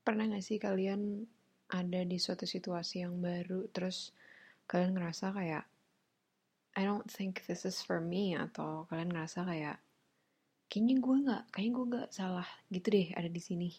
Pernah gak sih kalian ada di suatu situasi yang baru, terus kalian ngerasa kayak, I don't think this is for me, atau kalian ngerasa kayak, kayaknya gue gak salah gitu deh ada di sini.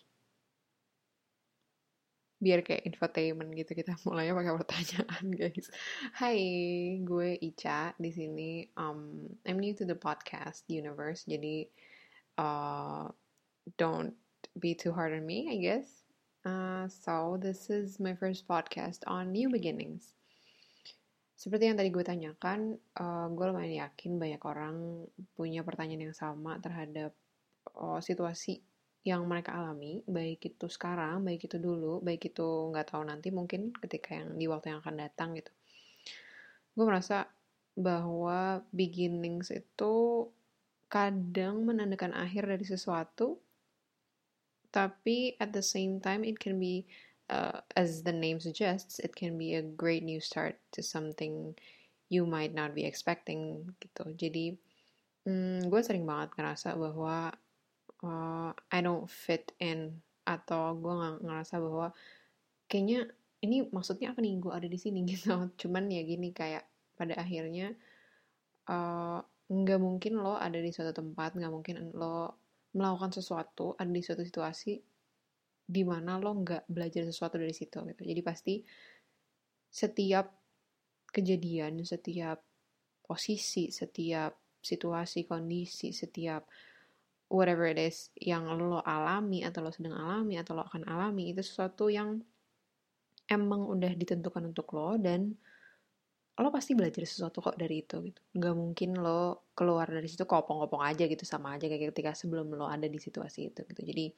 Biar kayak infotainment gitu, kita mulainya pakai pertanyaan, guys. Hai, gue Ica di sini. I'm new to the podcast universe, jadi uh, don't be too hard on me, I guess. So this is my first podcast on new beginnings. Seperti yang tadi gue tanyakan, gue lumayan yakin banyak orang punya pertanyaan yang sama terhadap situasi yang mereka alami, baik itu sekarang, baik itu dulu, baik itu nggak tahu nanti mungkin ketika yang di waktu yang akan datang gitu. Gue merasa bahwa beginnings itu kadang menandakan akhir dari sesuatu, tapi at the same time it can be as the name suggests, it can be a great new start to something you might not be expecting gitu. Jadi gue sering banget ngerasa bahwa I don't fit in, atau gue ngerasa bahwa kayaknya ini maksudnya apa nih gue ada di sini gitu. Cuman ya gini, kayak pada akhirnya uh, nggak mungkin lo ada di suatu tempat, nggak mungkin lo melakukan sesuatu ada di suatu situasi di mana lo nggak belajar sesuatu dari situ gitu. Jadi pasti setiap kejadian, setiap posisi, setiap situasi, kondisi, setiap whatever it is yang lo alami atau lo sedang alami atau lo akan alami, itu sesuatu yang emang udah ditentukan untuk lo, dan lo pasti belajar sesuatu kok dari itu gitu. Nggak mungkin lo keluar dari situ kopong-kopong aja gitu, sama aja kayak ketika sebelum lo ada di situasi itu gitu. Jadi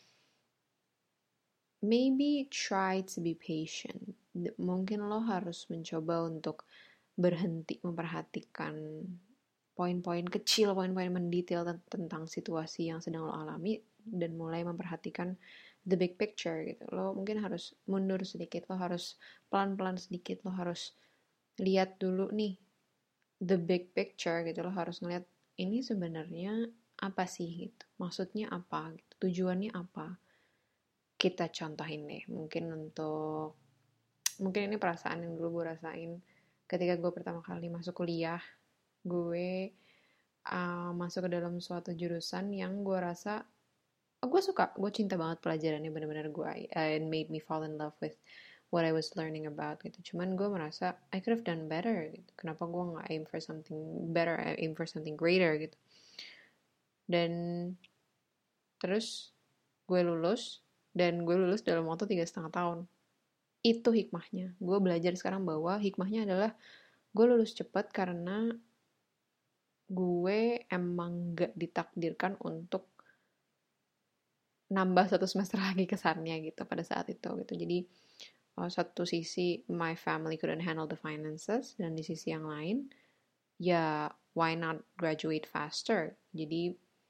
maybe try to be patient. Mungkin lo harus mencoba untuk berhenti memperhatikan poin-poin kecil, poin-poin mendetail tentang situasi yang sedang lo alami, dan mulai memperhatikan the big picture gitu. Lo mungkin harus mundur sedikit, lo harus pelan-pelan sedikit, lo harus lihat dulu nih the big picture gitu. Lo harus ngeliat ini sebenarnya apa sih gitu, maksudnya apa gitu, tujuannya apa. Kita contohin deh, mungkin ini perasaan yang dulu gue rasain ketika gue pertama kali masuk kuliah. Gue masuk ke dalam suatu jurusan yang gue rasa gue suka, gue cinta banget pelajarannya, bener-bener it made me fall in love with what I was learning about gitu. Cuman gue merasa I could have done better gitu. Kenapa gue nggak aim for something better, I aim for something greater gitu. Dan terus gue lulus, dan gue lulus dalam waktu 3,5 tahun. Itu hikmahnya. Gue belajar sekarang bahwa hikmahnya adalah gue lulus cepat karena gue emang gak ditakdirkan untuk nambah satu semester lagi kesannya gitu pada saat itu gitu. Jadi satu sisi my family couldn't handle the finances, dan di sisi yang lain ya why not graduate faster. Jadi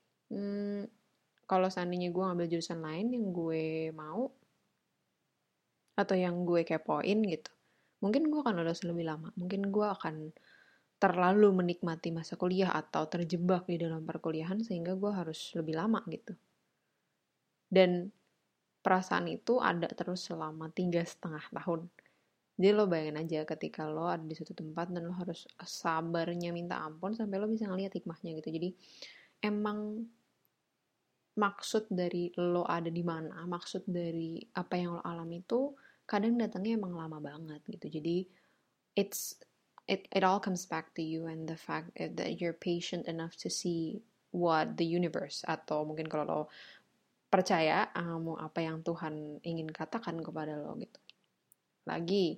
kalau seandainya gue ngambil jurusan lain yang gue mau atau yang gue kepoin gitu, mungkin gue akan lulus lebih lama, mungkin gue akan terlalu menikmati masa kuliah atau terjebak di dalam perkuliahan sehingga gue harus lebih lama gitu. Dan perasaan itu ada terus selama 3,5 tahun. Jadi lo bayangin aja ketika lo ada di suatu tempat dan lo harus sabarnya minta ampun sampai lo bisa ngeliat hikmahnya gitu. Jadi emang maksud dari lo ada di mana, maksud dari apa yang lo alami itu kadang datangnya emang lama banget gitu. Jadi it all comes back to you and the fact that you're patient enough to see what the universe, atau mungkin kalau lo percaya apa yang Tuhan ingin katakan kepada lo gitu. Lagi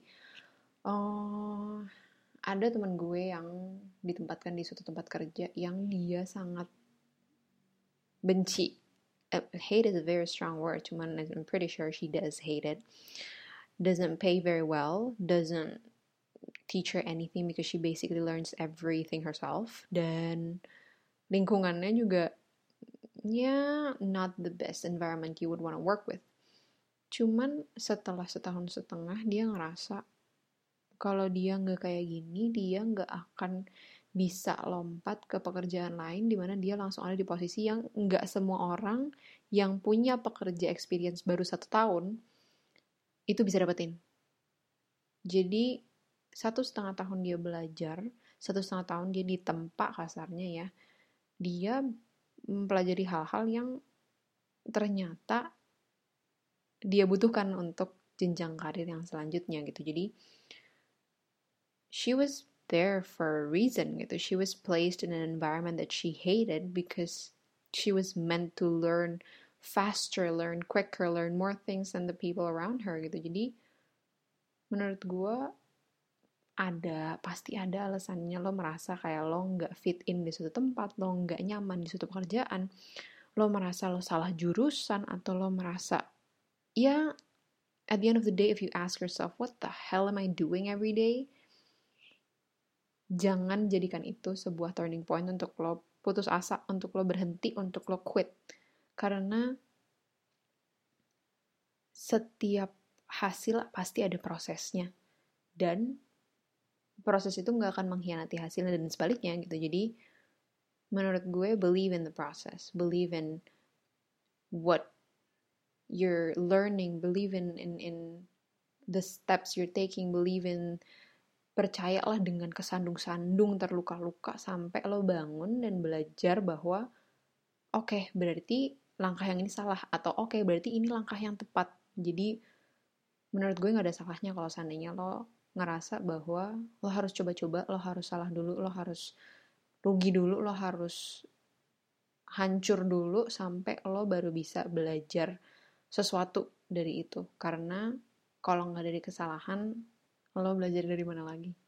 ada teman gue yang ditempatkan di suatu tempat kerja yang dia sangat benci. Hate is a very strong word, cuman I'm pretty sure she does hate it. Doesn't pay very well, doesn't teach her anything because she basically learns everything herself. Dan lingkungannya juga not the best environment you would want to work with. Cuman setelah 1,5 tahun dia ngerasa kalau dia nggak kayak gini, dia nggak akan bisa lompat ke pekerjaan lain di mana dia langsung ada di posisi yang nggak semua orang yang punya pekerja experience baru 1 tahun itu bisa dapetin. Jadi 1,5 tahun dia belajar, 1,5 tahun dia ditempa kasarnya ya, dia mempelajari hal-hal yang ternyata dia butuhkan untuk jenjang karir yang selanjutnya gitu. Jadi she was there for a reason gitu. She was placed in an environment that she hated because she was meant to learn faster, learn quicker, learn more things than the people around her gitu. Jadi menurut gue pasti ada alasannya lo merasa kayak lo nggak fit in di suatu tempat, lo nggak nyaman di suatu pekerjaan, lo merasa lo salah jurusan, atau lo merasa, ya, at the end of the day, if you ask yourself, what the hell am I doing every day? Jangan jadikan itu sebuah turning point untuk lo putus asa, untuk lo berhenti, untuk lo quit. Karena setiap hasil pasti ada prosesnya. Dan proses itu nggak akan mengkhianati hasilnya dan sebaliknya gitu. Jadi menurut gue, believe in the process, believe in what you're learning, believe in the steps you're taking, believe in, percayalah dengan kesandung-sandung, terluka-luka sampai lo bangun dan belajar bahwa oke, berarti langkah yang ini salah, atau oke, berarti ini langkah yang tepat. Jadi menurut gue gak ada salahnya kalau seandainya lo ngerasa bahwa lo harus coba-coba, lo harus salah dulu, lo harus rugi dulu, lo harus hancur dulu sampai lo baru bisa belajar sesuatu dari itu. Karena kalau nggak dari kesalahan, lo belajar dari mana lagi?